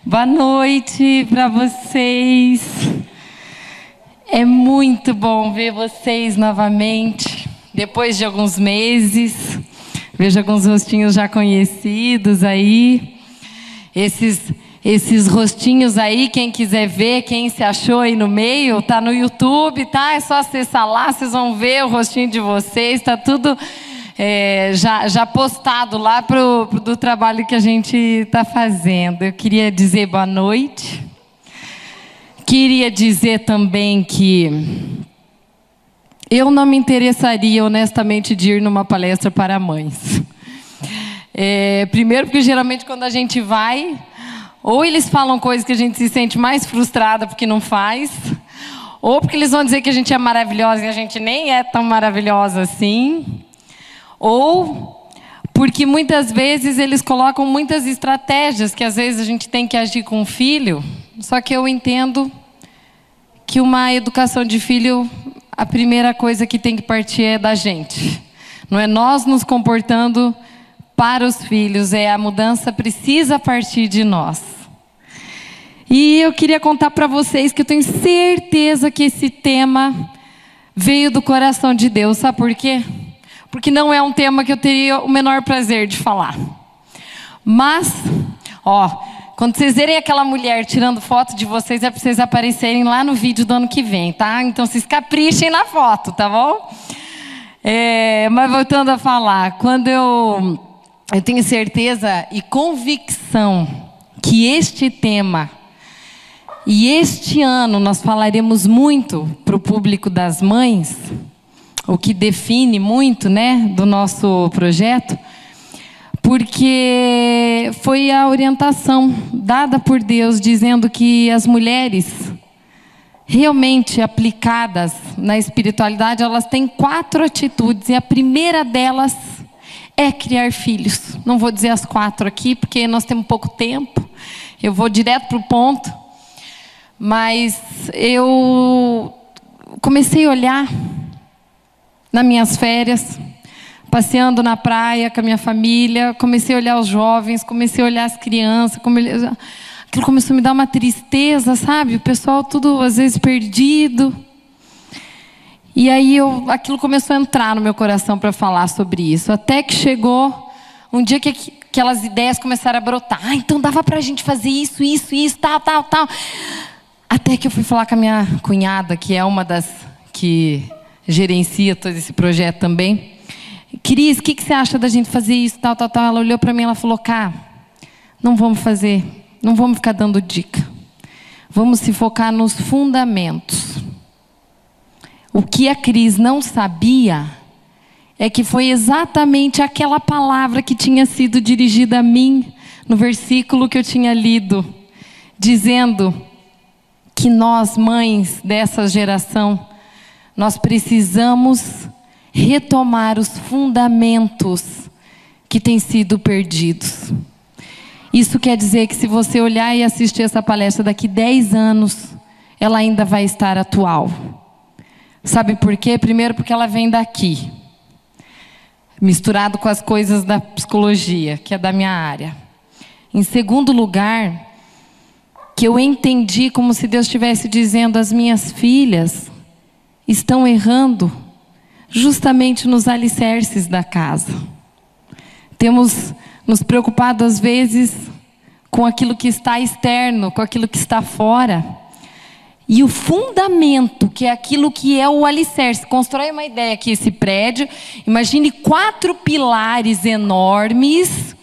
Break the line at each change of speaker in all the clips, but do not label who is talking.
Boa noite para vocês. É muito bom ver vocês novamente, depois de alguns meses. Vejo alguns rostinhos já conhecidos aí. Esses rostinhos aí, quem quiser ver, quem se achou aí no meio, tá no YouTube, tá? É só acessar lá, vocês vão ver o rostinho de vocês, tá tudo já postado lá do trabalho que a gente está fazendo. Eu queria dizer boa noite. Queria dizer também que eu não me interessaria honestamente de ir numa palestra para mães. Primeiro porque geralmente quando a gente vai, ou eles falam coisas que a gente se sente mais frustrada porque não faz, ou porque eles vão dizer que a gente é maravilhosa e a gente nem é tão maravilhosa assim, ou porque muitas vezes eles colocam muitas estratégias que às vezes a gente tem que agir com o filho. Só que eu entendo que uma educação de filho, a primeira coisa que tem que partir é da gente. Não é nós nos comportando para os filhos, a mudança precisa partir de nós. E eu queria contar para vocês que eu tenho certeza que esse tema veio do coração de Deus. Sabe por quê? Porque não é um tema que eu teria o menor prazer de falar. Mas, quando vocês verem aquela mulher tirando foto de vocês, é para vocês aparecerem lá no vídeo do ano que vem, tá? Então vocês caprichem na foto, tá bom? Mas voltando a falar, quando eu tenho certeza e convicção que este tema, e este ano nós falaremos muito para o público das mães, o que define muito, né, do nosso projeto, porque foi a orientação dada por Deus, dizendo que as mulheres realmente aplicadas na espiritualidade, elas têm 4 atitudes, e a primeira delas é criar filhos. Não vou dizer as 4 aqui, porque nós temos pouco tempo, eu vou direto para o ponto, mas eu comecei a olhar nas minhas férias, passeando na praia com a minha família, comecei a olhar os jovens, comecei a olhar as crianças, aquilo começou a me dar uma tristeza, sabe? O pessoal tudo às vezes perdido. E aí aquilo começou a entrar no meu coração para falar sobre isso. Até que chegou um dia que aquelas ideias começaram a brotar. Então dava para a gente fazer isso, tal. Até que eu fui falar com a minha cunhada, que é uma das que gerencia todo esse projeto também. Cris, o que você acha da gente fazer isso, tal. Ela olhou para mim e ela falou, Cá, não vamos fazer, não vamos ficar dando dica. Vamos se focar nos fundamentos. O que a Cris não sabia é que foi exatamente aquela palavra que tinha sido dirigida a mim no versículo que eu tinha lido, dizendo que nós, mães dessa geração, nós precisamos retomar os fundamentos que têm sido perdidos. Isso quer dizer que se você olhar e assistir essa palestra daqui 10 anos, ela ainda vai estar atual. Sabe por quê? Primeiro porque ela vem daqui, misturado com as coisas da psicologia, que é da minha área. Em segundo lugar, que eu entendi como se Deus estivesse dizendo, as minhas filhas estão errando justamente nos alicerces da casa. Temos nos preocupado às vezes com aquilo que está externo, com aquilo que está fora. E o fundamento, que é aquilo que é o alicerce. Constrói uma ideia aqui, esse prédio. Imagine 4 pilares enormes.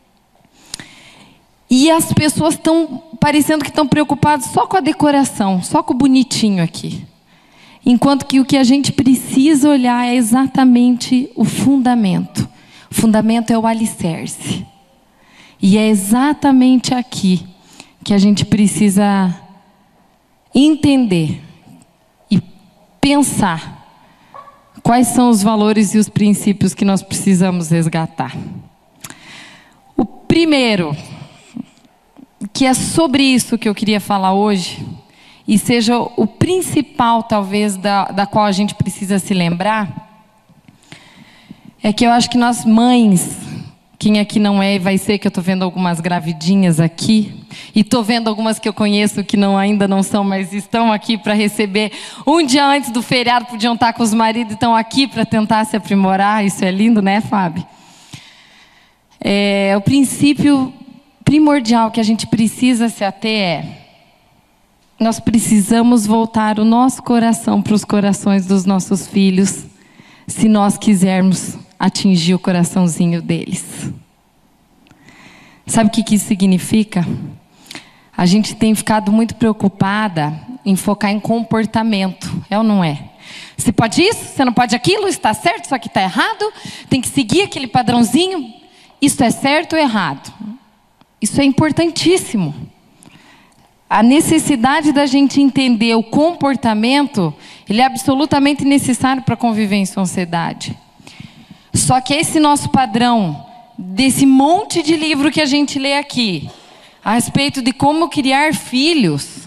E as pessoas estão parecendo que estão preocupadas só com a decoração, só com o bonitinho aqui. Enquanto que o que a gente precisa olhar é exatamente o fundamento. O fundamento é o alicerce. E é exatamente aqui que a gente precisa entender e pensar quais são os valores e os princípios que nós precisamos resgatar. O primeiro, que é sobre isso que eu queria falar hoje, e seja o principal, talvez, da qual a gente precisa se lembrar, é que eu acho que nós mães, quem aqui não é e vai ser, que eu estou vendo algumas gravidinhas aqui, E estou vendo algumas que eu conheço que ainda não são, mas estão aqui para receber. Um dia antes do feriado podiam estar com os maridos e estão aqui para tentar se aprimorar. Isso é lindo, né, Fábio? O princípio primordial que a gente precisa se ater nós precisamos voltar o nosso coração para os corações dos nossos filhos, se nós quisermos atingir o coraçãozinho deles. Sabe o que isso significa? A gente tem ficado muito preocupada em focar em comportamento, é ou não é? Você pode isso, você não pode aquilo, isso está certo, isso aqui está errado, tem que seguir aquele padrãozinho, isso é certo ou errado? Isso é importantíssimo. A necessidade da gente entender o comportamento, ele é absolutamente necessário para conviver em sociedade. Só que esse nosso padrão, desse monte de livro que a gente lê aqui, a respeito de como criar filhos,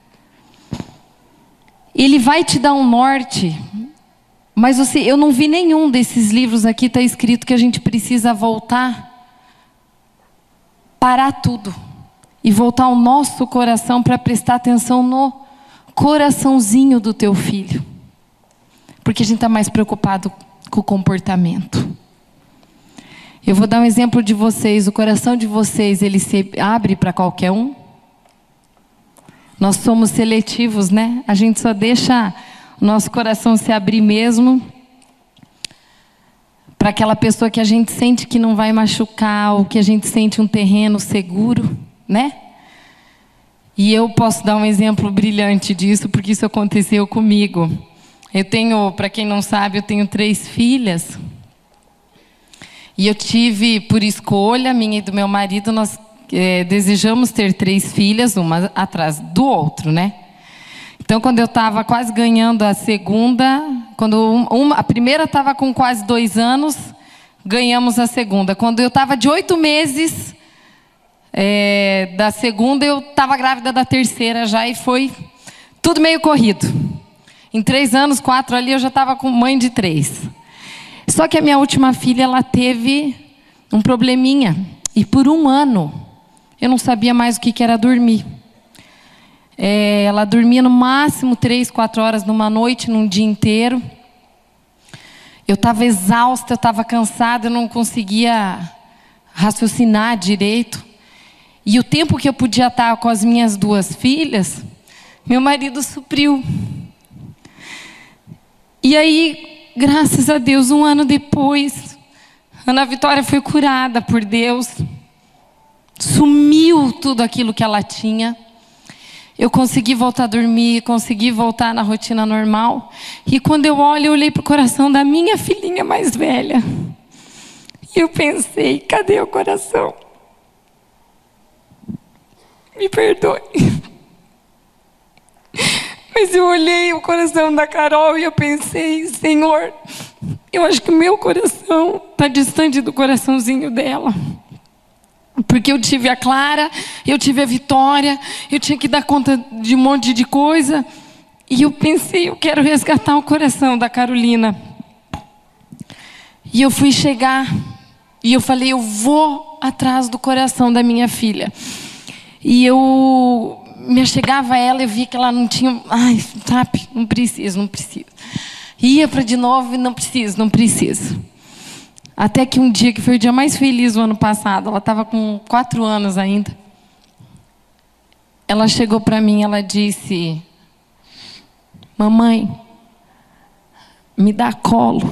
ele vai te dar um norte, mas eu não vi nenhum desses livros aqui, está escrito que a gente precisa voltar, parar tudo, e voltar o nosso coração para prestar atenção no coraçãozinho do teu filho. Porque a gente está mais preocupado com o comportamento. Eu vou dar um exemplo de vocês. O coração de vocês, ele se abre para qualquer um? Nós somos seletivos, né? A gente só deixa o nosso coração se abrir mesmo para aquela pessoa que a gente sente que não vai machucar, ou que a gente sente um terreno seguro, né? E eu posso dar um exemplo brilhante disso, porque isso aconteceu comigo. Eu tenho, para quem não sabe, eu tenho 3 filhas. E eu tive, por escolha minha e do meu marido, nós desejamos ter 3 filhas, uma atrás do outro, né? Então, quando eu estava quase ganhando a segunda, quando a primeira estava com quase 2 anos, ganhamos a segunda. Quando eu estava de 8 meses da segunda, eu estava grávida da terceira já, e foi tudo meio corrido. Em 3 anos, 4 ali, eu já estava com mãe de 3. Só que a minha última filha, ela teve um probleminha. E por 1 ano, eu não sabia mais o que era dormir. Ela dormia no máximo 3, 4 horas numa noite, num dia inteiro. Eu estava exausta, eu estava cansada, eu não conseguia raciocinar direito. E o tempo que eu podia estar com as minhas 2 filhas, meu marido supriu. E aí, graças a Deus, 1 ano depois, Ana Vitória foi curada por Deus. Sumiu tudo aquilo que ela tinha. Eu consegui voltar a dormir, consegui voltar na rotina normal. E quando eu olho, eu olhei para o coração da minha filhinha mais velha. E eu pensei, cadê o coração? Me perdoe. Mas eu olhei o coração da Carol e eu pensei, Senhor, eu acho que o meu coração está distante do coraçãozinho dela. Porque eu tive a Clara, eu tive a Vitória, eu tinha que dar conta de um monte de coisa. E eu pensei, eu quero resgatar o coração da Carolina. E eu fui chegar, e eu falei, eu vou atrás do coração da minha filha. E eu me achegava a ela, eu vi que ela não tinha, sabe, não preciso. Ia para de novo e não preciso. Até que um dia, que foi o dia mais feliz do ano passado, ela estava com 4 anos ainda. Ela chegou para mim, ela disse, mamãe, me dá colo.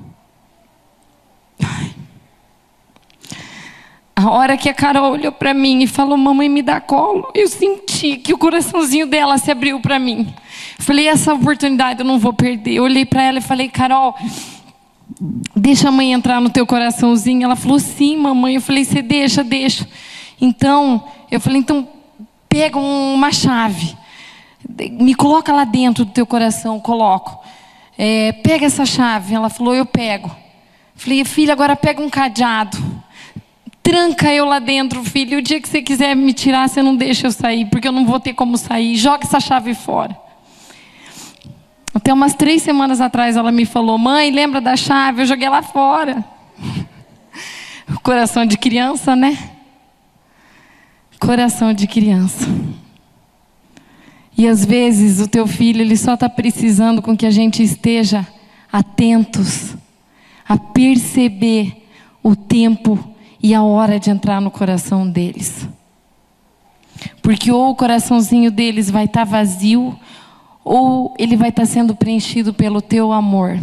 A hora que a Carol olhou para mim e falou, mamãe, me dá colo, eu senti que o coraçãozinho dela se abriu para mim. Falei, essa oportunidade eu não vou perder. Eu olhei para ela e falei, Carol, deixa a mãe entrar no teu coraçãozinho. Ela falou, sim, mamãe. Eu falei, você deixa. Então, eu falei, então pega uma chave, me coloca lá dentro do teu coração. Coloco. Pega essa chave. Ela falou, eu pego. Falei, filha, agora pega um cadeado, tranca eu lá dentro, filho. O dia que você quiser me tirar, você não deixa eu sair, porque eu não vou ter como sair. Joga essa chave fora. Até umas 3 semanas atrás ela me falou, mãe, lembra da chave? Eu joguei lá fora. O coração de criança, né? coração de criança. E às vezes o teu filho, ele só está precisando com que a gente esteja atentos a perceber o tempo e a hora de entrar no coração deles. Porque ou o coraçãozinho deles vai estar vazio, ou ele vai estar sendo preenchido pelo teu amor.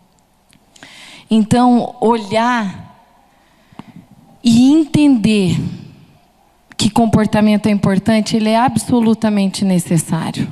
Então, olhar e entender que comportamento é importante, ele é absolutamente necessário.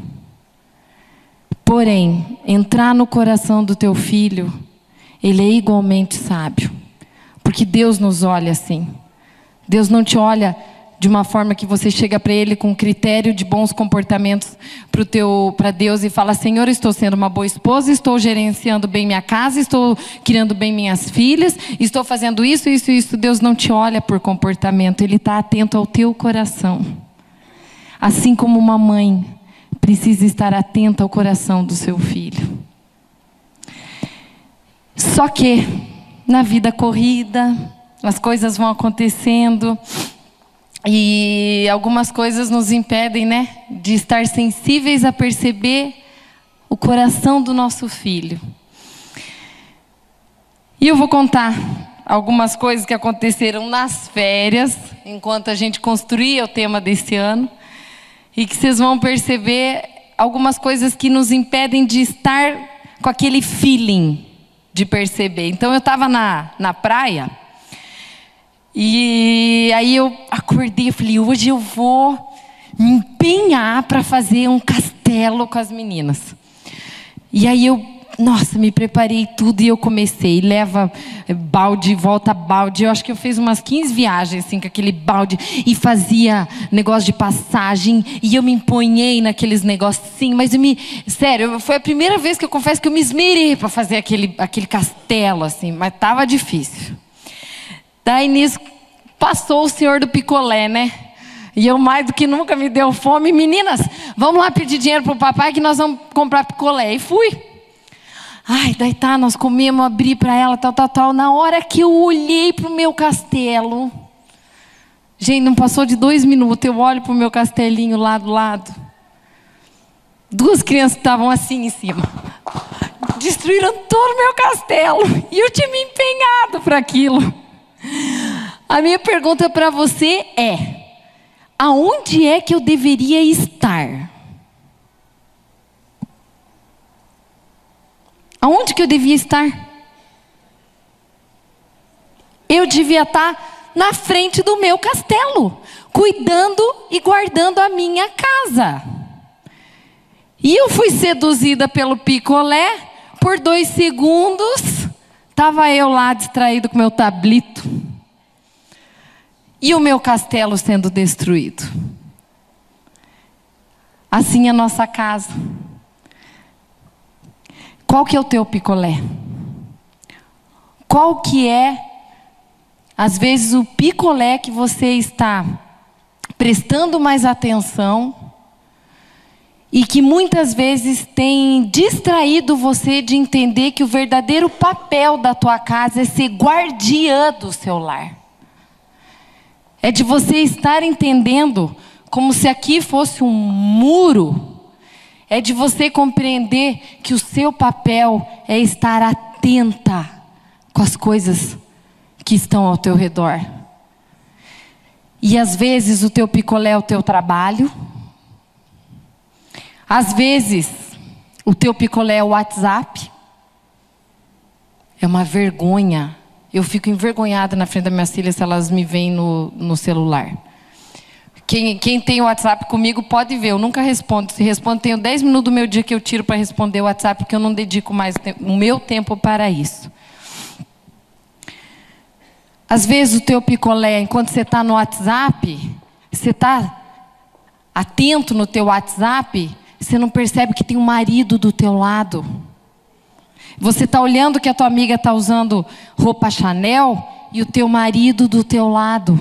Porém, entrar no coração do teu filho, ele é igualmente sábio. Porque Deus nos olha assim. Deus não te olha de uma forma que você chega para Ele com critério de bons comportamentos para Deus e fala: Senhor, estou sendo uma boa esposa, estou gerenciando bem minha casa, estou criando bem minhas filhas, estou fazendo isso, isso, isso. Deus não te olha por comportamento, Ele está atento ao teu coração. Assim como uma mãe precisa estar atenta ao coração do seu filho. Só que na vida corrida, as coisas vão acontecendo e algumas coisas nos impedem, né, de estar sensíveis a perceber o coração do nosso filho. E eu vou contar algumas coisas que aconteceram nas férias, enquanto a gente construía o tema desse ano, e que vocês vão perceber algumas coisas que nos impedem de estar com aquele feeling de perceber. Então eu estava na praia, e aí eu acordei e falei: hoje eu vou me empenhar para fazer um castelo com as meninas. E aí me preparei tudo e eu comecei. Leva balde, volta balde. Eu acho que eu fiz umas 15 viagens assim, com aquele balde. E fazia negócio de passagem. E eu me empenhei naqueles negocinhos. Mas sério, foi a primeira vez que eu confesso que eu me esmerei para fazer aquele castelo assim. Mas estava difícil. Daí nisso passou o senhor do picolé, né? E eu mais do que nunca me deu fome. Meninas, vamos lá pedir dinheiro pro papai que nós vamos comprar picolé. E fui. Ai, daí tá, nós comemos, abri para ela, tal. Na hora que eu olhei pro meu castelo, gente, não passou de 2 minutos, eu olho pro meu castelinho lá do lado. 2 crianças estavam assim em cima. Destruíram todo o meu castelo. E eu tinha me empenhado para aquilo. A minha pergunta para você é: aonde é que eu deveria estar? Aonde que eu devia estar? Eu devia estar na frente do meu castelo, cuidando e guardando a minha casa. E eu fui seduzida pelo picolé. Por 2 segundos, estava eu lá distraído com meu tablito. E o meu castelo sendo destruído. Assim é a nossa casa. Qual que é o teu picolé? Qual que é, às vezes, o picolé que você está prestando mais atenção e que muitas vezes tem distraído você de entender que o verdadeiro papel da tua casa é ser guardiã do seu lar. É de você estar entendendo como se aqui fosse um muro. É de você compreender que o seu papel é estar atenta com as coisas que estão ao teu redor. E às vezes o teu picolé é o teu trabalho. Às vezes o teu picolé é o WhatsApp. É uma vergonha. Eu fico envergonhada na frente das minhas filhas se elas me veem no celular. Quem tem o WhatsApp comigo pode ver, eu nunca respondo. Se respondo, tenho 10 minutos do meu dia que eu tiro para responder o WhatsApp, porque eu não dedico mais o meu tempo para isso. Às vezes o teu picolé, enquanto você está no WhatsApp, você está atento no teu WhatsApp, você não percebe que tem um marido do teu lado. Você está olhando que a tua amiga está usando roupa Chanel e o teu marido do teu lado.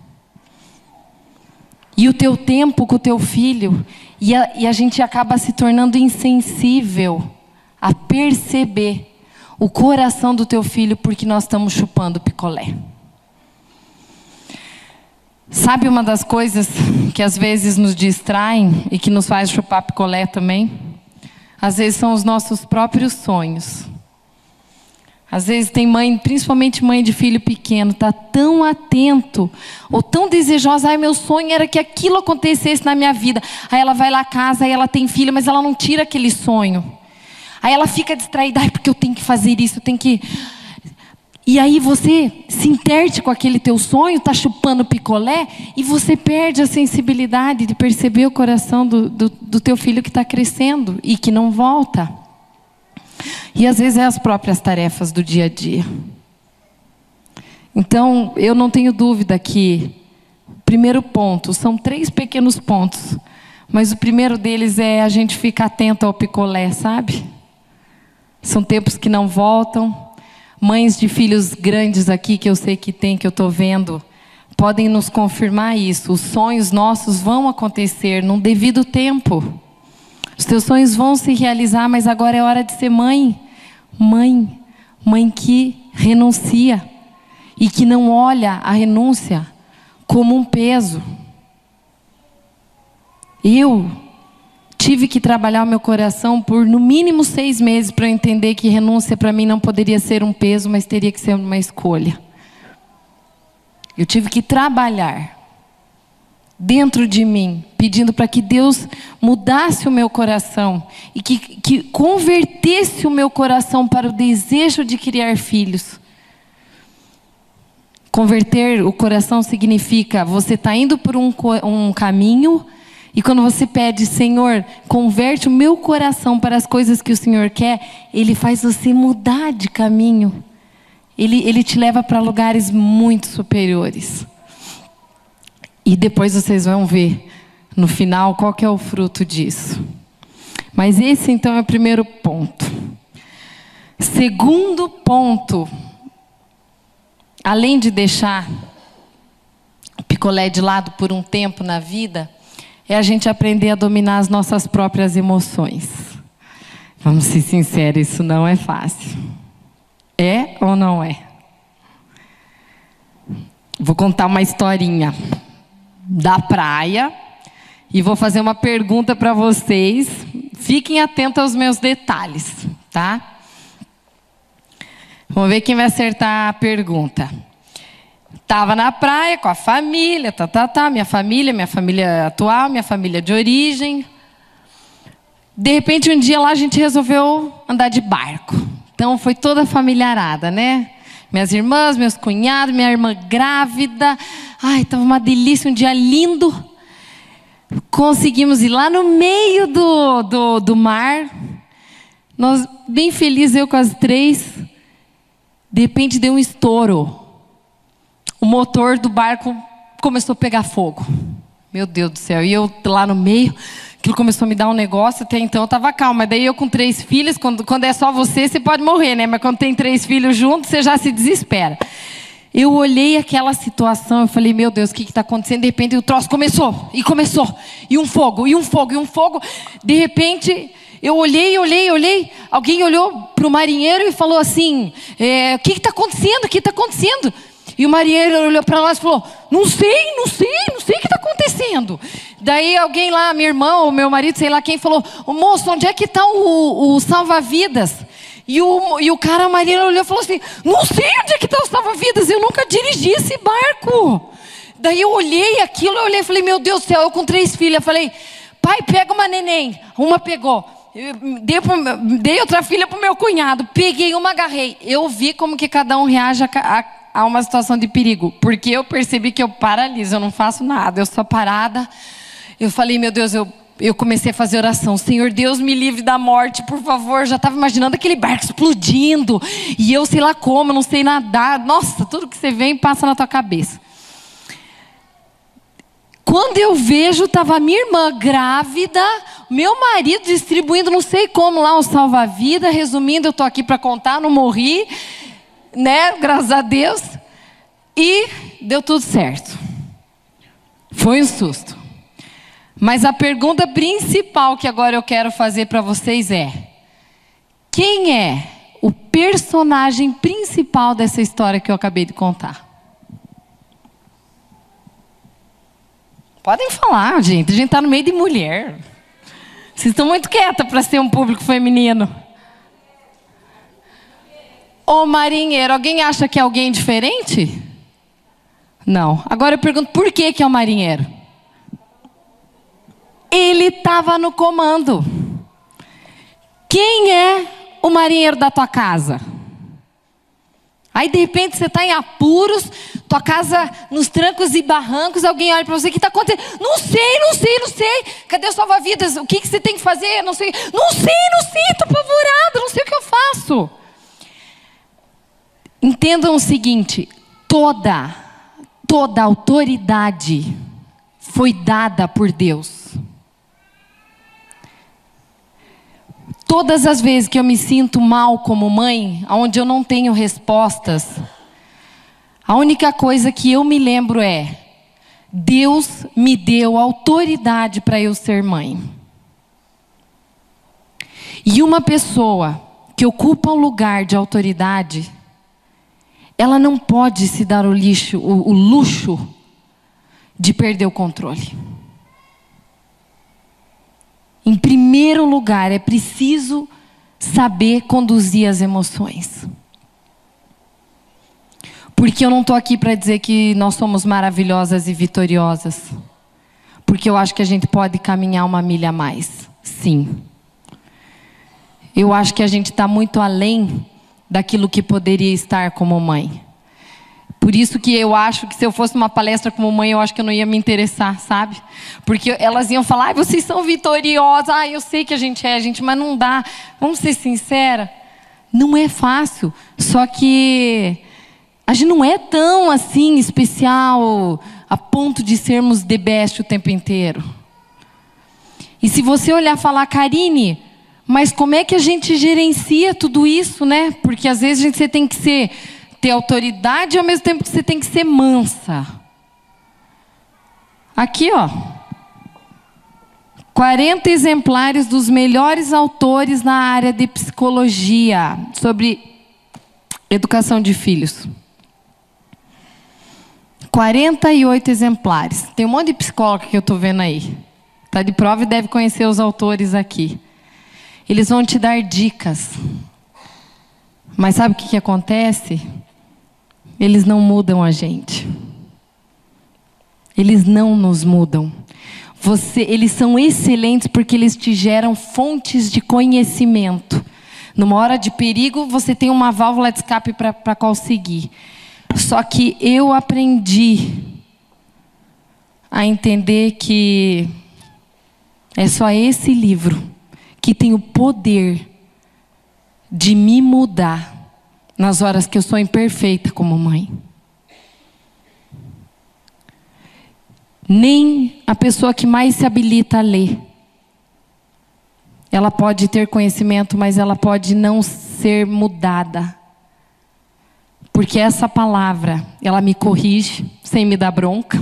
E o teu tempo com o teu filho. E a gente acaba se tornando insensível a perceber o coração do teu filho porque nós estamos chupando picolé. Sabe uma das coisas que às vezes nos distraem e que nos faz chupar picolé também? Às vezes são os nossos próprios sonhos. Às vezes tem mãe, principalmente mãe de filho pequeno, está tão atento ou tão desejosa. Ai, meu sonho era que aquilo acontecesse na minha vida. Aí ela vai lá à casa, aí ela tem filho, mas ela não tira aquele sonho. Aí ela fica distraída, ai, porque eu tenho que fazer isso, eu tenho que... E aí você se interte com aquele teu sonho, está chupando picolé, e você perde a sensibilidade de perceber o coração do teu filho que está crescendo e que não volta. E às vezes é as próprias tarefas do dia a dia. Então, eu não tenho dúvida que o primeiro ponto, são 3 pequenos pontos, mas o primeiro deles é a gente ficar atento ao picolé, sabe? São tempos que não voltam. Mães de filhos grandes aqui, que eu sei que tem, que eu estou vendo, podem nos confirmar isso. Os sonhos nossos vão acontecer num devido tempo. Os teus sonhos vão se realizar, mas agora é hora de ser mãe. Mãe que renuncia e que não olha a renúncia como um peso. Eu tive que trabalhar o meu coração por no mínimo 6 meses para eu entender que renúncia para mim não poderia ser um peso, mas teria que ser uma escolha. Eu tive que trabalhar dentro de mim, pedindo para que Deus mudasse o meu coração e que convertesse o meu coração para o desejo de criar filhos. Converter o coração significa você está indo por um caminho, e quando você pede, Senhor, converte o meu coração para as coisas que o Senhor quer, Ele faz você mudar de caminho. Ele te leva para lugares muito superiores. E depois vocês vão ver, no final, qual que é o fruto disso. Mas esse, então, é o primeiro ponto. Segundo ponto, além de deixar o picolé de lado por um tempo na vida, é a gente aprender a dominar as nossas próprias emoções. Vamos ser sinceros, isso não é fácil. É ou não é? Vou contar uma historinha da praia e vou fazer uma pergunta para vocês. Fiquem atentos aos meus detalhes, tá? Vamos ver quem vai acertar a pergunta. Estava na praia com a família, minha família atual, minha família de origem. De repente, um dia lá a gente resolveu andar de barco. Então foi toda a familiarada, né? Minhas irmãs, meus cunhados, minha irmã grávida. Ai, estava uma delícia, um dia lindo. Conseguimos ir lá no meio do mar. Nós, bem felizes, eu com as 3. De repente deu um estouro. O motor do barco começou a pegar fogo. Meu Deus do céu. E eu lá no meio, aquilo começou a me dar um negócio. Até então eu estava calma. Daí eu com 3 filhos, quando é só você pode morrer, né? Mas quando tem 3 filhos juntos, você já se desespera. Eu olhei aquela situação, eu falei, meu Deus, o que está acontecendo? De repente o troço começou. E um fogo. De repente, eu olhei. Alguém olhou para o marinheiro e falou assim, o que está acontecendo? O que está acontecendo? E o marinheiro olhou para nós e falou, não sei o que está acontecendo. Daí alguém lá, minha irmã ou meu marido, sei lá quem, falou, moço, onde é que está o salva-vidas? E o cara marinheiro olhou e falou assim, não sei onde é que está o salva-vidas, eu nunca dirigi esse barco. Daí eu olhei aquilo, e falei, meu Deus do céu, eu com 3 filhas, eu falei, pai, pega uma neném. Uma pegou. Dei outra filha para o meu cunhado, peguei uma, agarrei. Eu vi como que cada um reage a uma situação de perigo, porque eu percebi que eu paraliso, eu não faço nada, eu sou parada. Eu falei, meu Deus, eu comecei a fazer oração, Senhor Deus, me livre da morte, por favor. Já estava imaginando aquele barco explodindo, e eu sei lá como, não sei nadar. Nossa, tudo que você vem passa na tua cabeça. Quando eu vejo, estava a minha irmã grávida, meu marido distribuindo, não sei como lá, um salva-vida. Resumindo, eu estou aqui para contar, não morri, né? Graças a Deus. E deu tudo certo. Foi um susto. Mas a pergunta principal que agora eu quero fazer para vocês é: quem é o personagem principal dessa história que eu acabei de contar? Podem falar, gente. A gente está no meio de mulher. Vocês estão muito quietas para ser um público feminino. O marinheiro, alguém acha que é alguém diferente? Não. Agora eu pergunto, por que é o marinheiro? Ele estava no comando. Quem é o marinheiro da tua casa? Aí de repente você está em apuros, tua casa nos trancos e barrancos, alguém olha para você, o que está acontecendo? Não sei. Cadê o salva-vidas? O que você tem que fazer? Não sei, estou apavorada, não sei o que eu faço. Entendam o seguinte, toda autoridade foi dada por Deus. Todas as vezes que eu me sinto mal como mãe, onde eu não tenho respostas, a única coisa que eu me lembro é: Deus me deu autoridade para eu ser mãe. E uma pessoa que ocupa um lugar de autoridade, ela não pode se dar o luxo de perder o controle. Em primeiro lugar, é preciso saber conduzir as emoções. Porque eu não estou aqui para dizer que nós somos maravilhosas e vitoriosas. Porque eu acho que a gente pode caminhar uma milha a mais. Sim. Eu acho que a gente está muito além daquilo que poderia estar como mãe. Por isso que eu acho que se eu fosse uma palestra como mãe, eu acho que eu não ia me interessar, sabe? Porque elas iam falar, vocês são vitoriosas, eu sei que a gente, mas não dá. Vamos ser sinceras, não é fácil. Só que a gente não é tão assim especial a ponto de sermos the best o tempo inteiro. E se você olhar e falar, Karine, mas como é que a gente gerencia tudo isso, né? Porque às vezes você tem que ter autoridade e ao mesmo tempo que você tem que ser mansa. Aqui, ó. 40 exemplares dos melhores autores na área de psicologia sobre educação de filhos. 48 exemplares. Tem um monte de psicólogo que eu estou vendo aí. Está de prova e deve conhecer os autores aqui. Eles vão te dar dicas. Mas sabe o que acontece? Eles não mudam a gente. Eles não nos mudam. Eles são excelentes porque eles te geram fontes de conhecimento. Numa hora de perigo, você tem uma válvula de escape para conseguir. Só que eu aprendi a entender que é só esse livro que tem o poder de me mudar nas horas que eu sou imperfeita como mãe. Nem a pessoa que mais se habilita a ler, ela pode ter conhecimento, mas ela pode não ser mudada. Porque essa palavra, ela me corrige sem me dar bronca.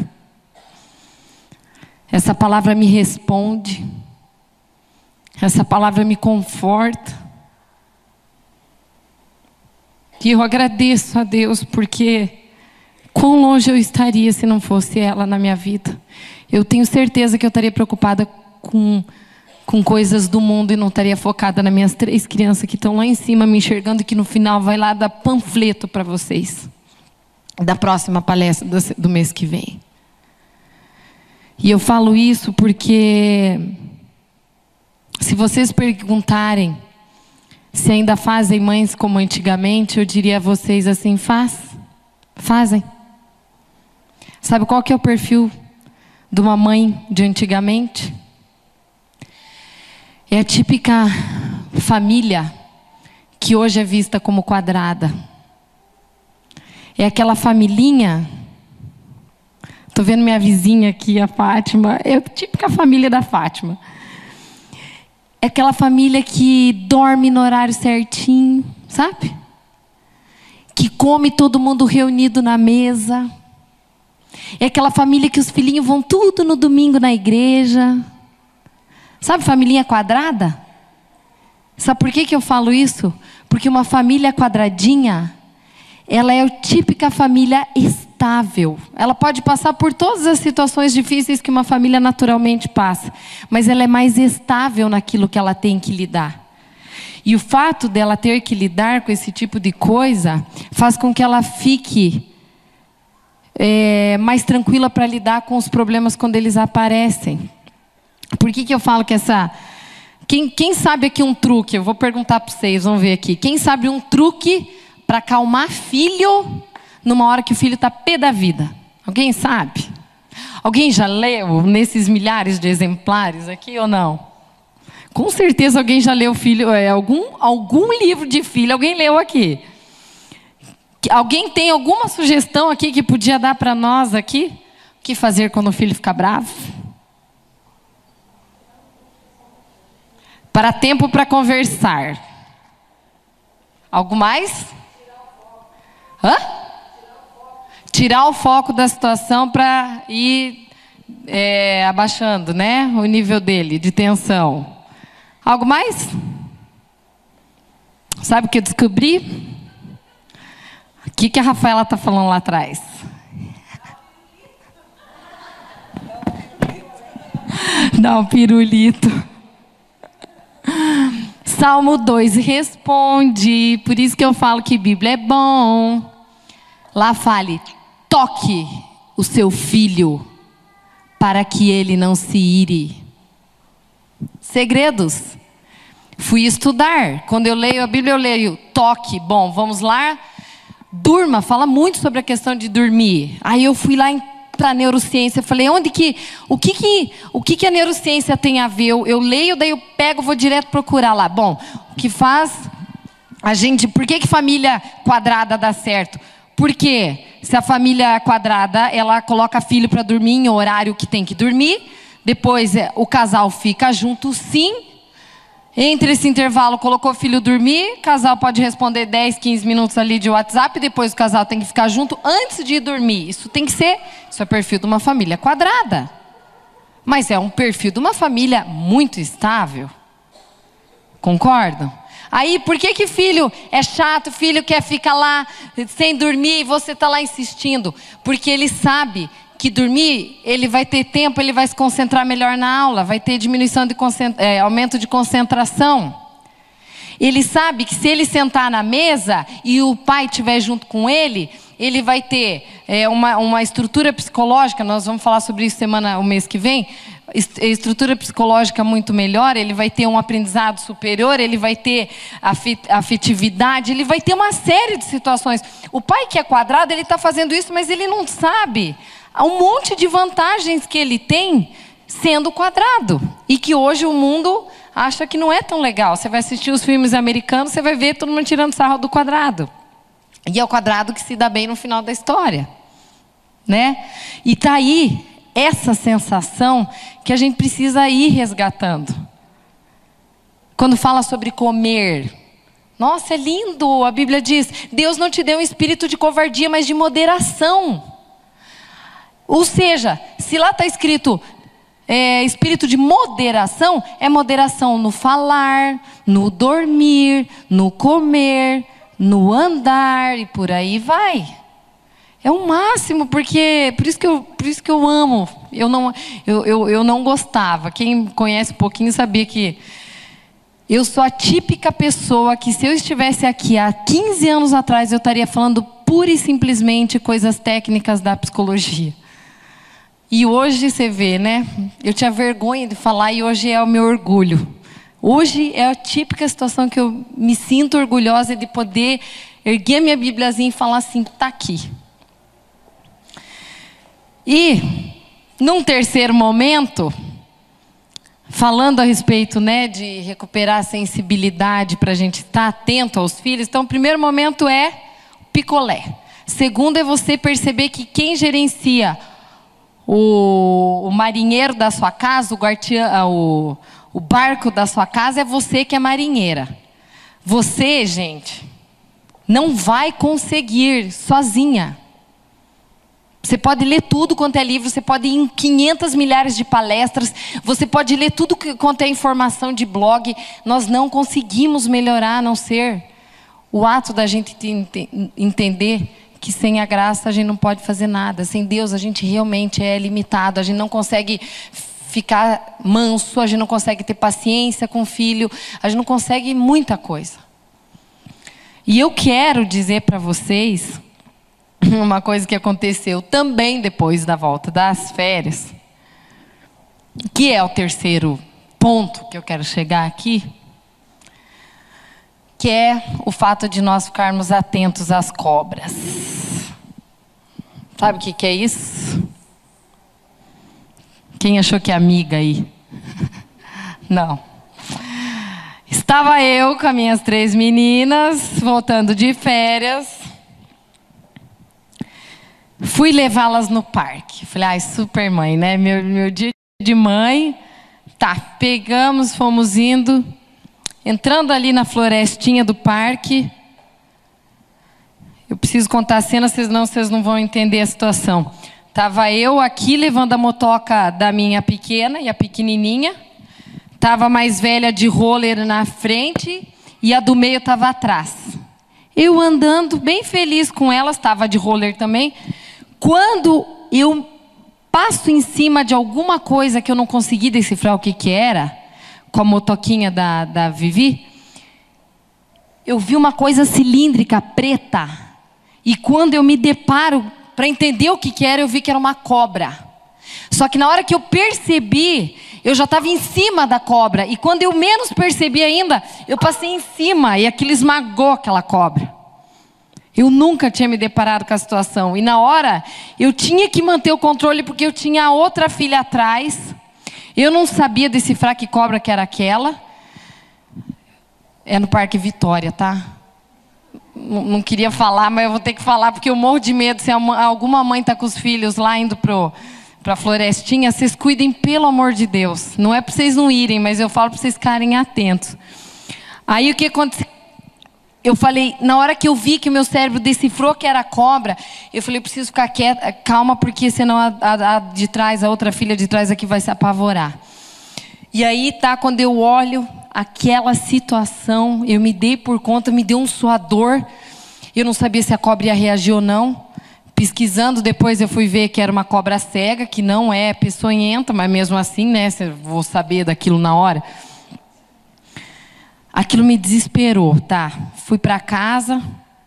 Essa palavra me responde. Essa palavra me conforta. E eu agradeço a Deus porque quão longe eu estaria se não fosse ela na minha vida. Eu tenho certeza que eu estaria preocupada com coisas do mundo e não estaria focada nas minhas 3 crianças que estão lá em cima me enxergando, que no final vai lá dar panfleto para vocês da próxima palestra do mês que vem. E eu falo isso porque se vocês perguntarem se ainda fazem mães como antigamente, eu diria a vocês assim, fazem. Sabe qual que é o perfil de uma mãe de antigamente? É a típica família que hoje é vista como quadrada. É aquela familhinha. Estou vendo minha vizinha aqui, a Fátima. É a típica família da Fátima. É aquela família que dorme no horário certinho, sabe? Que come todo mundo reunido na mesa. É aquela família que os filhinhos vão tudo no domingo na igreja. Sabe, familhinha quadrada? Sabe por que eu falo isso? Porque uma família quadradinha, ela é a típica família estável. Ela pode passar por todas as situações difíceis que uma família naturalmente passa, mas ela é mais estável naquilo que ela tem que lidar. E o fato dela ter que lidar com esse tipo de coisa faz com que ela fique mais tranquila para lidar com os problemas quando eles aparecem. Por que eu falo que essa... Quem sabe aqui um truque? Eu vou perguntar para vocês, vamos ver aqui. Quem sabe um truque para acalmar filho numa hora que o filho está pé da vida? Alguém sabe? Alguém já leu nesses milhares de exemplares aqui ou não? Com certeza alguém já leu algum livro de filho, alguém leu aqui. Alguém tem alguma sugestão aqui que podia dar para nós aqui? O que fazer quando o filho fica bravo? Para tempo para conversar. Algo mais? Hã? Tirar o foco da situação para ir abaixando, né? O nível dele de tensão. Algo mais? Sabe o que eu descobri? O que a Rafaela está falando lá atrás? Dá um pirulito. Salmo 2 responde. Por isso que eu falo que Bíblia é bom. Lá fale: toque o seu filho para que ele não se ire. Segredos. Fui estudar. Quando eu leio a Bíblia, eu leio toque. Bom, vamos lá. Durma, fala muito sobre a questão de dormir. Aí eu fui lá para a neurociência, falei, o que a neurociência tem a ver? Eu leio, daí eu pego, vou direto procurar lá. Bom, o que faz a gente... Por que família quadrada dá certo? Porque se a família quadrada, ela coloca filho para dormir em horário que tem que dormir, depois o casal fica junto, sim. Entre esse intervalo, colocou o filho dormir, o casal pode responder 10, 15 minutos ali de WhatsApp, depois o casal tem que ficar junto antes de ir dormir. Isso é perfil de uma família quadrada. Mas é um perfil de uma família muito estável. Concordam? Aí, por que filho é chato, filho quer ficar lá sem dormir e você está lá insistindo? Porque ele sabe que dormir, ele vai ter tempo, ele vai se concentrar melhor na aula, vai ter diminuição de aumento de concentração. Ele sabe que se ele sentar na mesa e o pai estiver junto com ele vai ter uma estrutura psicológica, nós vamos falar sobre isso o mês que vem, estrutura psicológica muito melhor, ele vai ter um aprendizado superior, ele vai ter afetividade, ele vai ter uma série de situações. O pai que é quadrado, ele está fazendo isso, mas ele não sabe há um monte de vantagens que ele tem sendo quadrado. E que hoje o mundo acha que não é tão legal. Você vai assistir os filmes americanos, você vai ver todo mundo tirando sarro do quadrado. E é o quadrado que se dá bem no final da história. Né? E está aí essa sensação que a gente precisa ir resgatando. Quando fala sobre comer... Nossa, é lindo. A Bíblia diz, Deus não te deu um espírito de covardia, mas de moderação. Ou seja, se lá está escrito espírito de moderação, é moderação no falar, no dormir, no comer, no andar e por aí vai. É o máximo, porque por isso que eu amo. Eu não gostava. Quem conhece um pouquinho sabia que eu sou a típica pessoa que, se eu estivesse aqui há 15 anos atrás, eu estaria falando pura e simplesmente coisas técnicas da psicologia. E hoje você vê, né? Eu tinha vergonha de falar e hoje é o meu orgulho. Hoje é a típica situação que eu me sinto orgulhosa de poder erguer minha bibliazinha e falar assim, tá aqui. E, num terceiro momento, falando a respeito, né, de recuperar a sensibilidade para a gente estar atento aos filhos. Então, o primeiro momento é picolé. Segundo é você perceber que quem gerencia o marinheiro da sua casa, o barco da sua casa, é você que é marinheira. Você, gente, não vai conseguir sozinha. Você pode ler tudo quanto é livro, você pode ir em 500 milhares de palestras, você pode ler tudo quanto é informação de blog. Nós não conseguimos melhorar, a não ser o ato da gente entender que sem a graça a gente não pode fazer nada. Sem Deus a gente realmente é limitado. A gente não consegue ficar manso, a gente não consegue ter paciência com o filho, a gente não consegue muita coisa. E eu quero dizer para vocês uma coisa que aconteceu também depois da volta das férias, que é o terceiro ponto que eu quero chegar aqui, que é o fato de nós ficarmos atentos às cobras. Sabe o que é isso? Quem achou que é amiga aí? Não. Estava eu com as minhas 3 meninas, voltando de férias. Fui levá-las no parque. Falei, ai, super mãe, né? Meu dia de mãe. Tá, pegamos, fomos indo. Entrando ali na florestinha do parque. Eu preciso contar a cena, senão vocês não vão entender a situação. Tava eu aqui levando a motoca da minha pequena e a pequenininha. Tava a mais velha de roller na frente e a do meio estava atrás. Eu andando bem feliz com elas, estava de roller também. Quando eu passo em cima de alguma coisa que eu não consegui decifrar o que era, com a motoquinha da Vivi, eu vi uma coisa cilíndrica, preta. E quando eu me deparo para entender o que era, eu vi que era uma cobra. Só que na hora que eu percebi, eu já estava em cima da cobra. E quando eu menos percebi ainda, eu passei em cima e aquilo esmagou aquela cobra. Eu nunca tinha me deparado com a situação. E na hora, eu tinha que manter o controle porque eu tinha a outra filha atrás. Eu não sabia decifrar que cobra que era aquela. É no Parque Vitória, tá? Não queria falar, mas eu vou ter que falar porque eu morro de medo. Se alguma mãe está com os filhos lá indo para a florestinha, vocês cuidem, pelo amor de Deus. Não é para vocês não irem, mas eu falo para vocês ficarem atentos. Aí o que aconteceu? Eu falei, na hora que eu vi que o meu cérebro decifrou que era cobra, eu falei, eu preciso ficar quieta, calma, porque senão a de trás, a outra filha de trás aqui vai se apavorar. E aí, tá, quando eu olho aquela situação, eu me dei por conta, me deu um suador. Eu não sabia se a cobra ia reagir ou não. Pesquisando depois eu fui ver que era uma cobra cega, que não é peçonhenta, mas mesmo assim, né, vou saber daquilo na hora. Aquilo me desesperou, tá? Fui para casa.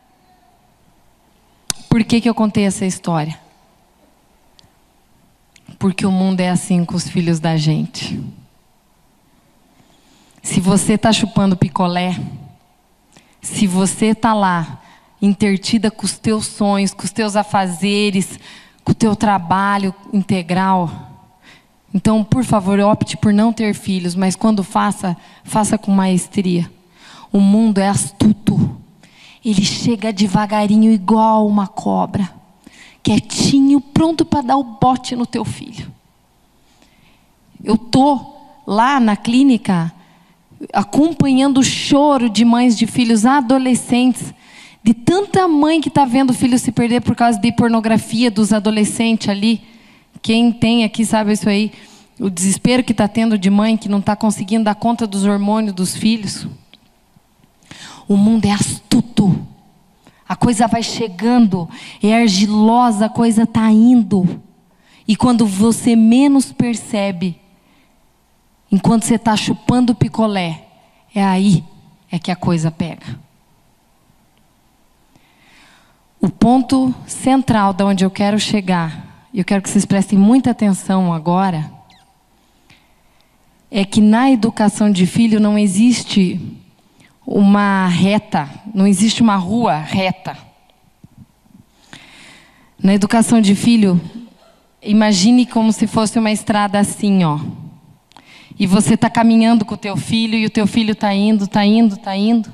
Por que eu contei essa história? Porque o mundo é assim com os filhos da gente. Se você está chupando picolé, se você está lá, intertida com os teus sonhos, com os teus afazeres, com o teu trabalho integral, então, por favor, opte por não ter filhos, mas quando faça, faça com maestria. O mundo é astuto. Ele chega devagarinho igual uma cobra, quietinho, pronto para dar o bote no teu filho. Eu tô lá na clínica acompanhando o choro de mães de filhos adolescentes, de tanta mãe que está vendo o filho se perder por causa de pornografia dos adolescentes ali. Quem tem aqui sabe isso aí. O desespero que está tendo de mãe que não está conseguindo dar conta dos hormônios dos filhos. O mundo é astuto. A coisa vai chegando, é argilosa, a coisa está indo. E quando você menos percebe, enquanto você está chupando o picolé, é aí que a coisa pega. O ponto central de onde eu quero chegar, e eu quero que vocês prestem muita atenção agora, é que na educação de filho não existe uma reta, não existe uma rua reta. Na educação de filho, imagine como se fosse uma estrada assim, ó. E você está caminhando com o teu filho e o teu filho está indo, está indo, está indo.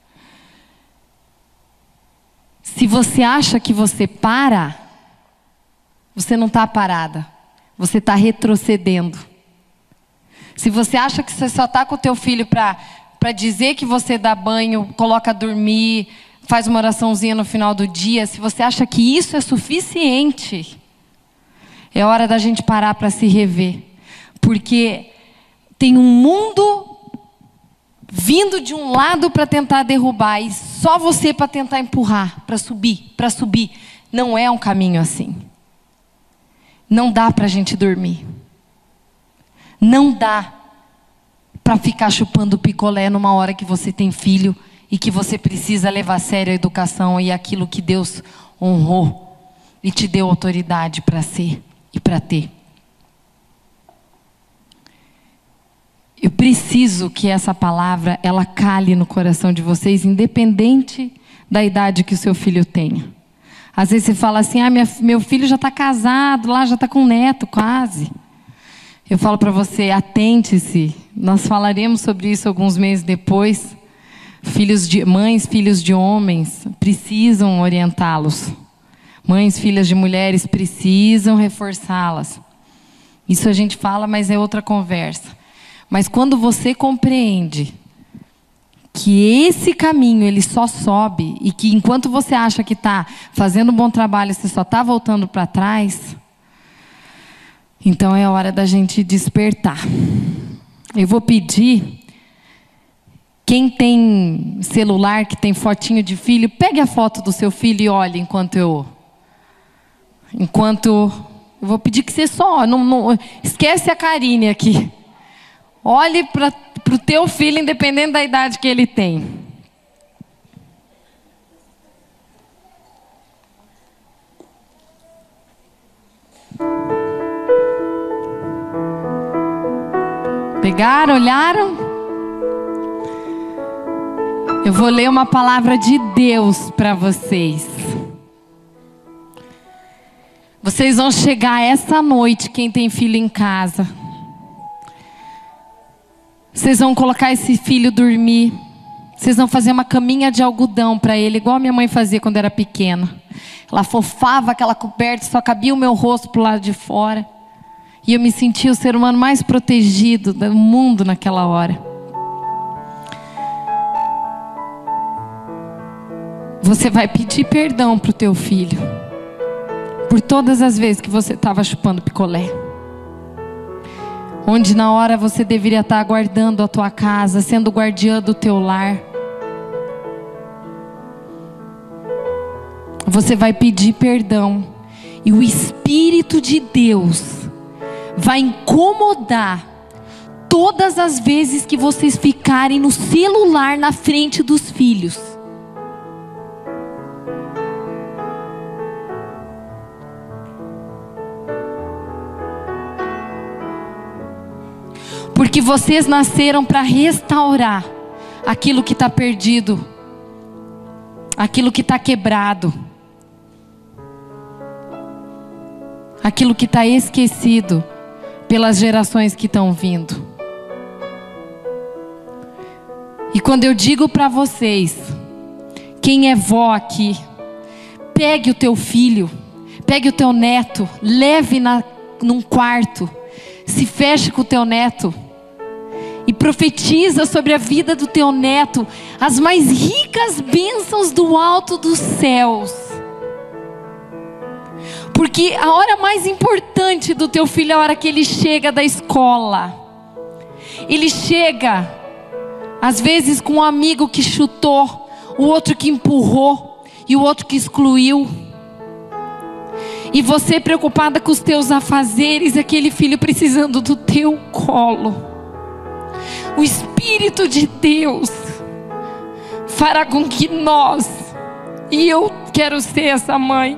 Se você acha que você para, você não está parada, você está retrocedendo. Se você acha que você só está com o teu filho para dizer que você dá banho, coloca a dormir, faz uma oraçãozinha no final do dia, se você acha que isso é suficiente, é hora da gente parar para se rever. Porque tem um mundo vindo de um lado para tentar derrubar e só você para tentar empurrar, para subir, para subir. Não é um caminho assim. Não dá para a gente dormir. Não dá para ficar chupando picolé numa hora que você tem filho e que você precisa levar a sério a educação e aquilo que Deus honrou e te deu autoridade para ser e para ter. Eu preciso que essa palavra, ela cale no coração de vocês, independente da idade que o seu filho tenha. Às vezes você fala assim, meu filho já está casado, lá já está com neto, quase. Eu falo para você, atente-se. Nós falaremos sobre isso alguns meses depois. Mães, filhos de homens, precisam orientá-los. Mães, filhas de mulheres, precisam reforçá-las. Isso a gente fala, mas é outra conversa. Mas quando você compreende que esse caminho ele só sobe e que enquanto você acha que está fazendo um bom trabalho, você só está voltando para trás, então é hora da gente despertar. Eu vou pedir, quem tem celular, que tem fotinho de filho, pegue a foto do seu filho e olhe enquanto eu vou pedir que você só, não esquece a Karine aqui. Olhe para o teu filho, independente da idade que ele tem. Pegaram, olharam? Eu vou ler uma palavra de Deus para vocês. Vocês vão chegar essa noite, quem tem filho em casa. Vocês vão colocar esse filho dormir. Vocês vão fazer uma caminha de algodão para ele, igual a minha mãe fazia quando era pequena. Ela fofava aquela coberta, só cabia o meu rosto pro lado de fora. E eu me sentia o ser humano mais protegido do mundo naquela hora. Você vai pedir perdão pro teu filho por todas as vezes que você estava chupando picolé. Onde na hora você deveria estar guardando a tua casa, sendo guardiã do teu lar. Você vai pedir perdão. E o Espírito de Deus vai incomodar todas as vezes que vocês ficarem no celular na frente dos filhos. Porque vocês nasceram para restaurar aquilo que está perdido, aquilo que está quebrado, aquilo que está esquecido pelas gerações que estão vindo. E quando eu digo para vocês, quem é vó aqui, pegue o teu filho, pegue o teu neto, leve num quarto, se feche com o teu neto e profetiza sobre a vida do teu neto as mais ricas bênçãos do alto dos céus. Porque a hora mais importante do teu filho é a hora que ele chega da escola. Ele chega, às vezes, com um amigo que chutou, o outro que empurrou e o outro que excluiu. E você preocupada com os teus afazeres, aquele filho precisando do teu colo. O Espírito de Deus fará com que nós, e eu quero ser essa mãe,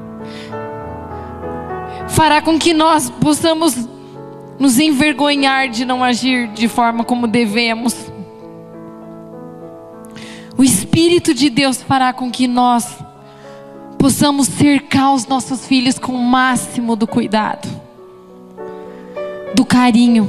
fará com que nós possamos nos envergonhar de não agir de forma como devemos. O Espírito de Deus fará com que nós possamos cercar os nossos filhos com o máximo do cuidado, do carinho.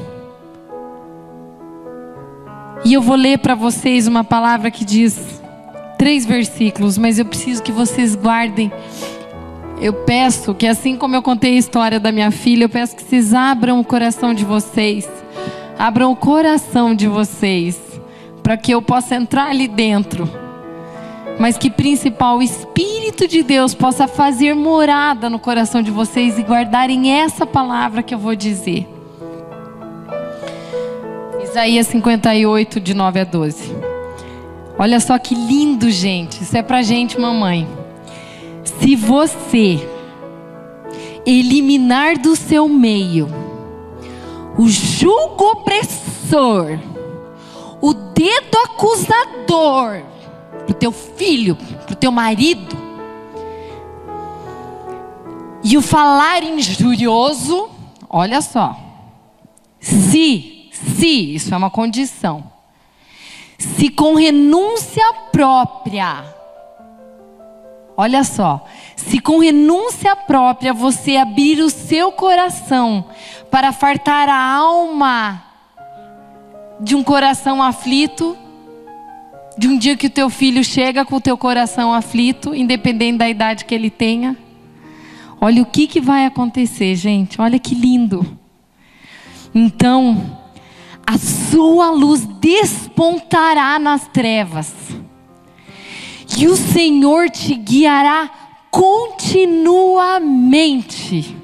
E eu vou ler para vocês uma palavra que diz 3 versículos, mas eu preciso que vocês guardem. Eu peço que, assim como eu contei a história da minha filha, eu peço que vocês abram o coração de vocês. Abram o coração de vocês, para que eu possa entrar ali dentro. Mas que principal, o Espírito de Deus possa fazer morada no coração de vocês e guardarem essa palavra que eu vou dizer. Isaías 58, de 9 a 12. Olha só que lindo, gente. Isso é pra gente, mamãe. Se você eliminar do seu meio o jugo opressor, o dedo acusador pro teu filho, pro teu marido, e o falar injurioso, olha só, se, isso é uma condição, se com renúncia própria, olha só, se com renúncia própria você abrir o seu coração para fartar a alma de um coração aflito, de um dia que o teu filho chega com o teu coração aflito, independente da idade que ele tenha, olha o que vai acontecer, gente, olha que lindo. Então, a sua luz despontará nas trevas, e o Senhor te guiará continuamente.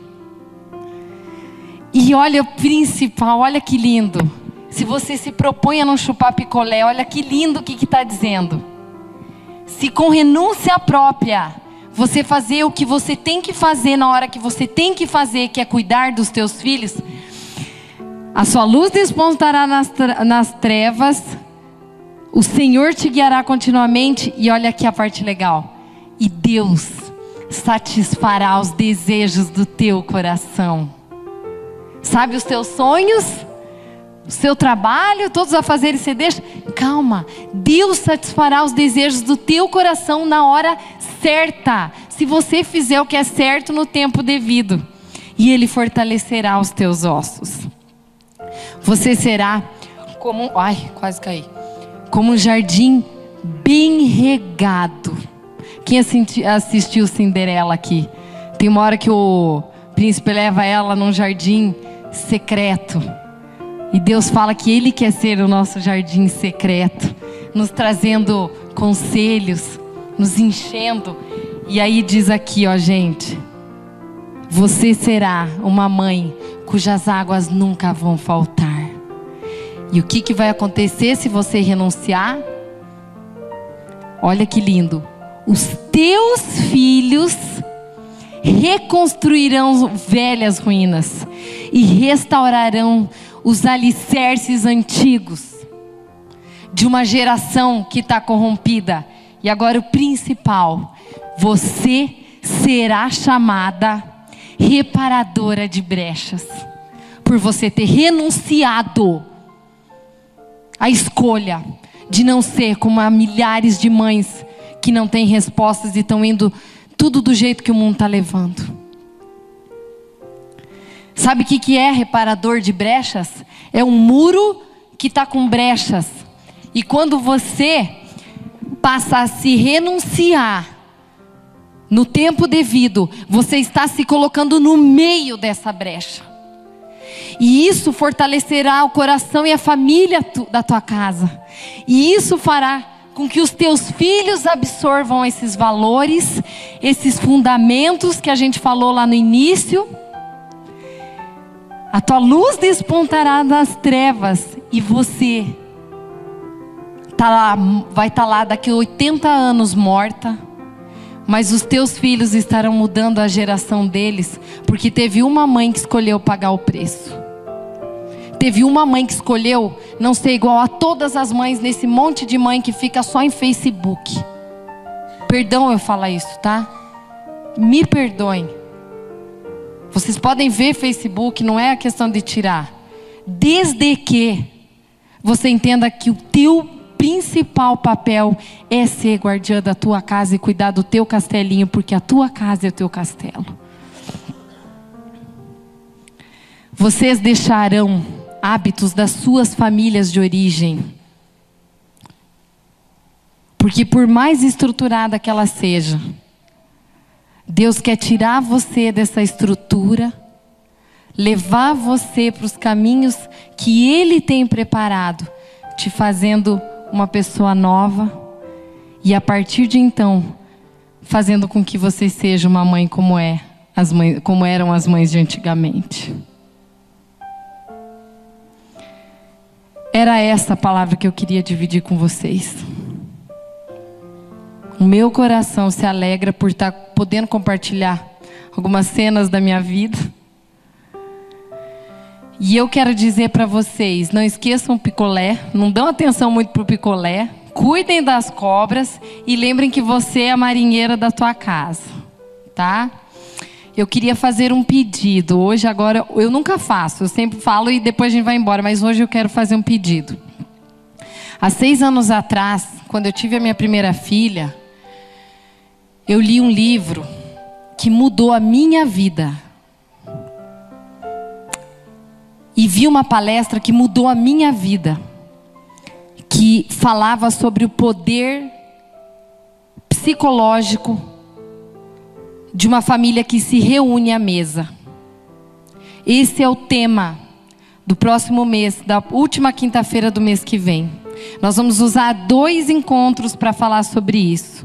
E olha o principal, olha que lindo. Se você se propõe a não chupar picolé, olha que lindo o que está dizendo. Se com renúncia própria, você fazer o que você tem que fazer na hora que você tem que fazer, que é cuidar dos teus filhos, a sua luz despontará nas trevas, o Senhor te guiará continuamente, e olha aqui a parte legal, e Deus satisfará os desejos do teu coração. Sabe os teus sonhos, o seu trabalho, todos os afazeres que você deixa? Calma, Deus satisfará os desejos do teu coração na hora certa, se você fizer o que é certo no tempo devido, e Ele fortalecerá os teus ossos. Você será como, quase caí, como um jardim bem regado. Quem assistiu Cinderela aqui? Tem uma hora que o príncipe leva ela num jardim secreto, e Deus fala que Ele quer ser o nosso jardim secreto, nos trazendo conselhos, nos enchendo. E aí diz aqui, ó gente, você será uma mãe cujas águas nunca vão faltar. E o que vai acontecer se você renunciar? Olha que lindo. Os teus filhos reconstruirão velhas ruínas e restaurarão os alicerces antigos de uma geração que está corrompida. E agora o principal, você será chamada reparadora de brechas, por você ter renunciado à escolha de não ser como há milhares de mães que não têm respostas e estão indo tudo do jeito que o mundo está levando. Sabe o que é reparador de brechas? É um muro que está com brechas, e quando você passa a se renunciar no tempo devido, você está se colocando no meio dessa brecha, e isso fortalecerá o coração e a família da tua casa, e isso fará com que os teus filhos absorvam esses valores, esses fundamentos que a gente falou lá no início. A tua luz despontará nas trevas, e você vai estar lá daqui a 80 anos morta, mas os teus filhos estarão mudando a geração deles, porque teve uma mãe que escolheu pagar o preço. Teve uma mãe que escolheu não ser igual a todas as mães, nesse monte de mãe que fica só em Facebook. Perdão eu falar isso, tá? Me perdoem. Vocês podem ver Facebook, não é a questão de tirar. Desde que você entenda que o teu principal papel é ser guardiã da tua casa e cuidar do teu castelinho, porque a tua casa é o teu castelo. Vocês deixarão hábitos das suas famílias de origem, porque por mais estruturada que ela seja, Deus quer tirar você dessa estrutura, levar você para os caminhos que Ele tem preparado, te fazendo uma pessoa nova, e a partir de então, fazendo com que você seja uma mãe como eram as mães de antigamente. Era essa a palavra que eu queria dividir com vocês. O meu coração se alegra por estar podendo compartilhar algumas cenas da minha vida. E eu quero dizer para vocês, não esqueçam o picolé, não dão atenção muito para o picolé, cuidem das cobras e lembrem que você é a marinheira da tua casa, tá? Eu queria fazer um pedido. Hoje, agora, eu nunca faço, eu sempre falo e depois a gente vai embora, mas hoje eu quero fazer um pedido. Há 6 anos atrás, quando eu tive a minha primeira filha, eu li um livro que mudou a minha vida. E vi uma palestra que mudou a minha vida, que falava sobre o poder psicológico de uma família que se reúne à mesa. Esse é o tema do próximo mês, da última quinta-feira do mês que vem. Nós vamos usar 2 encontros para falar sobre isso.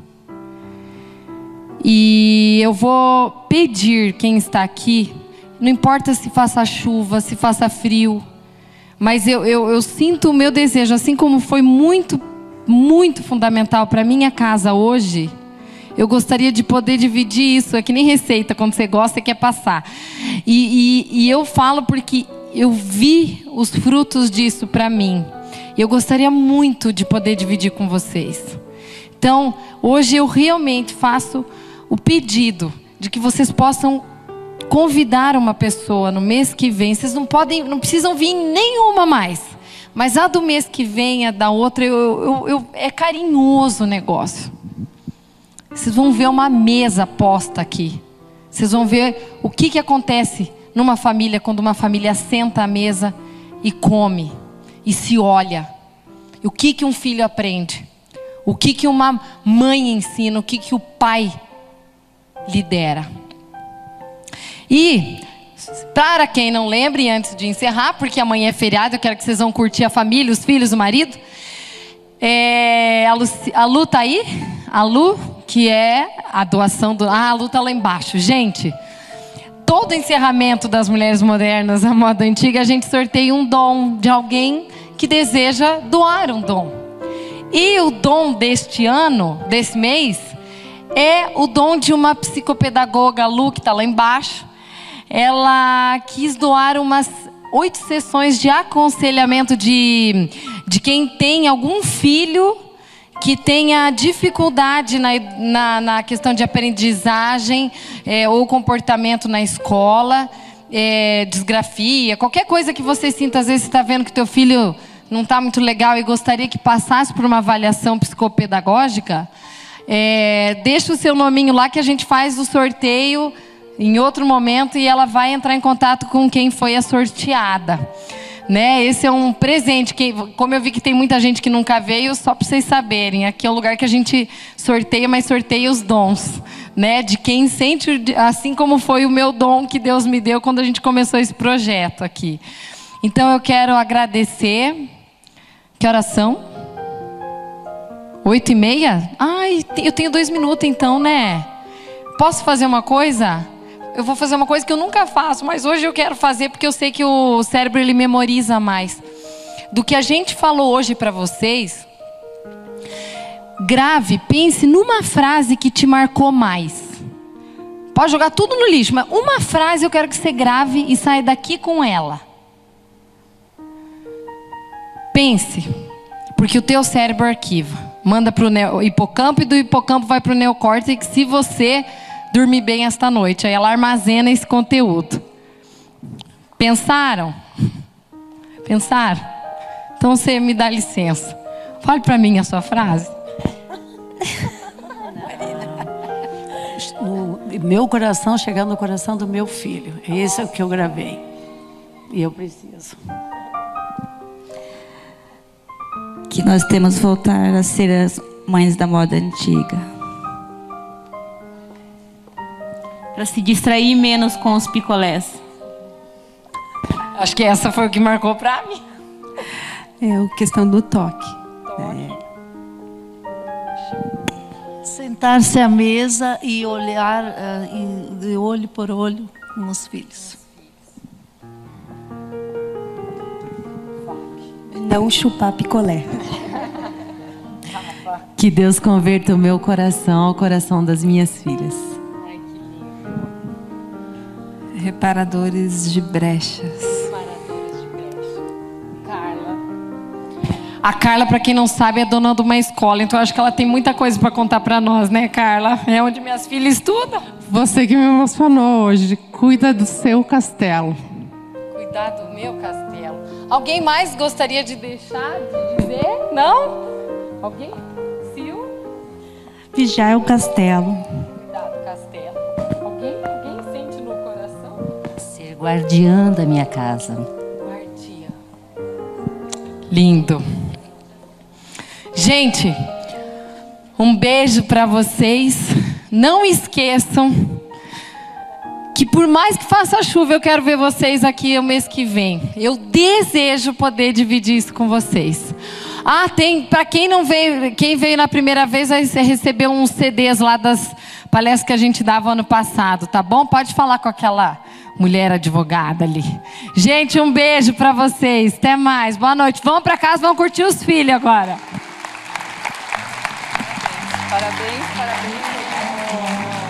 E eu vou pedir quem está aqui, não importa se faça chuva, se faça frio, mas eu sinto o meu desejo, assim como foi muito, muito fundamental para a minha casa hoje, eu gostaria de poder dividir isso. É que nem receita, quando você gosta e quer passar. E eu falo porque eu vi os frutos disso para mim. Eu gostaria muito de poder dividir com vocês. Então, hoje eu realmente faço o pedido de que vocês possam convidar uma pessoa no mês que vem. Vocês não precisam vir nenhuma mais. Mas a do mês que vem, a da outra, é carinhoso o negócio. Vocês vão ver uma mesa posta aqui. Vocês vão ver o que acontece numa família, quando uma família senta à mesa e come, e se olha. O que um filho aprende. O que uma mãe ensina, o que o pai lidera. E, para quem não lembra, e antes de encerrar, porque amanhã é feriado, eu quero que vocês vão curtir a família, os filhos, o marido. A Lu tá aí? A Lu, que é a doação do... a Lu tá lá embaixo. Gente, todo encerramento das Mulheres Modernas, a moda antiga, a gente sorteia um dom de alguém que deseja doar um dom. E o dom deste ano, desse mês, é o dom de uma psicopedagoga, a Lu, que está lá embaixo. Ela quis doar umas 8 sessões de aconselhamento de quem tem algum filho que tenha dificuldade na questão de aprendizagem ou comportamento na escola, disgrafia, qualquer coisa que você sinta. Às vezes você está vendo que teu filho não está muito legal e gostaria que passasse por uma avaliação psicopedagógica. Deixa o seu nominho lá que a gente faz o sorteio em outro momento e ela vai entrar em contato com quem foi a sorteada. Né? Esse é um presente, como eu vi que tem muita gente que nunca veio, só para vocês saberem, aqui é o lugar que a gente sorteia, mas sorteia os dons, né? De quem sente, assim como foi o meu dom que Deus me deu quando a gente começou esse projeto aqui. Então eu quero agradecer. Que horas são? 8h30? Ai, eu tenho 2 minutos então, né? Posso fazer uma coisa? Eu vou fazer uma coisa que eu nunca faço, mas hoje eu quero fazer porque eu sei que o cérebro ele memoriza mais. Do que a gente falou hoje para vocês, grave, pense numa frase que te marcou mais. Pode jogar tudo no lixo, mas uma frase eu quero que você grave e saia daqui com ela. Pense, porque o teu cérebro arquiva. Manda para o hipocampo e do hipocampo vai para o neocórtex se você dormir bem esta noite. Aí ela armazena esse conteúdo. Pensaram? Pensaram? Então você me dá licença. Fale para mim a sua frase.
No meu coração chegar no coração do meu filho. Esse é o que eu gravei. E eu preciso.
Que nós temos que voltar a ser as mães da moda antiga. Para se distrair menos com os picolés.
Acho que essa foi o que marcou para mim.
É a questão do toque.
Sentar-se à mesa e olhar de olho por olho com os filhos.
Não chupar picolé. Que Deus converta o meu coração ao coração das minhas filhas.
Ai, que lindo.
Reparadores de brechas.
Reparadores de brecha. Carla. A Carla, para quem não sabe, é dona de uma escola, então eu acho que ela tem muita coisa para contar para nós, né, Carla? É onde minhas filhas estudam.
Você que me emocionou hoje, cuida do seu castelo.
Cuidar do meu castelo. Alguém mais gostaria de deixar de dizer? Não? Alguém? Sil?
Vigiar o castelo.
Cuidar do castelo. Alguém sente no coração?
Ser guardiã da minha casa.
Guardia. Lindo. Gente, um beijo para vocês. Não esqueçam que por mais que faça chuva, eu quero ver vocês aqui o mês que vem. Eu desejo poder dividir isso com vocês. Ah, tem, para quem não veio, quem veio na primeira vez, vai receber uns CDs lá das palestras que a gente dava ano passado, tá bom? Pode falar com aquela mulher advogada ali. Gente, um beijo para vocês. Até mais. Boa noite. Vamos para casa, vamos curtir os filhos agora. Parabéns, parabéns.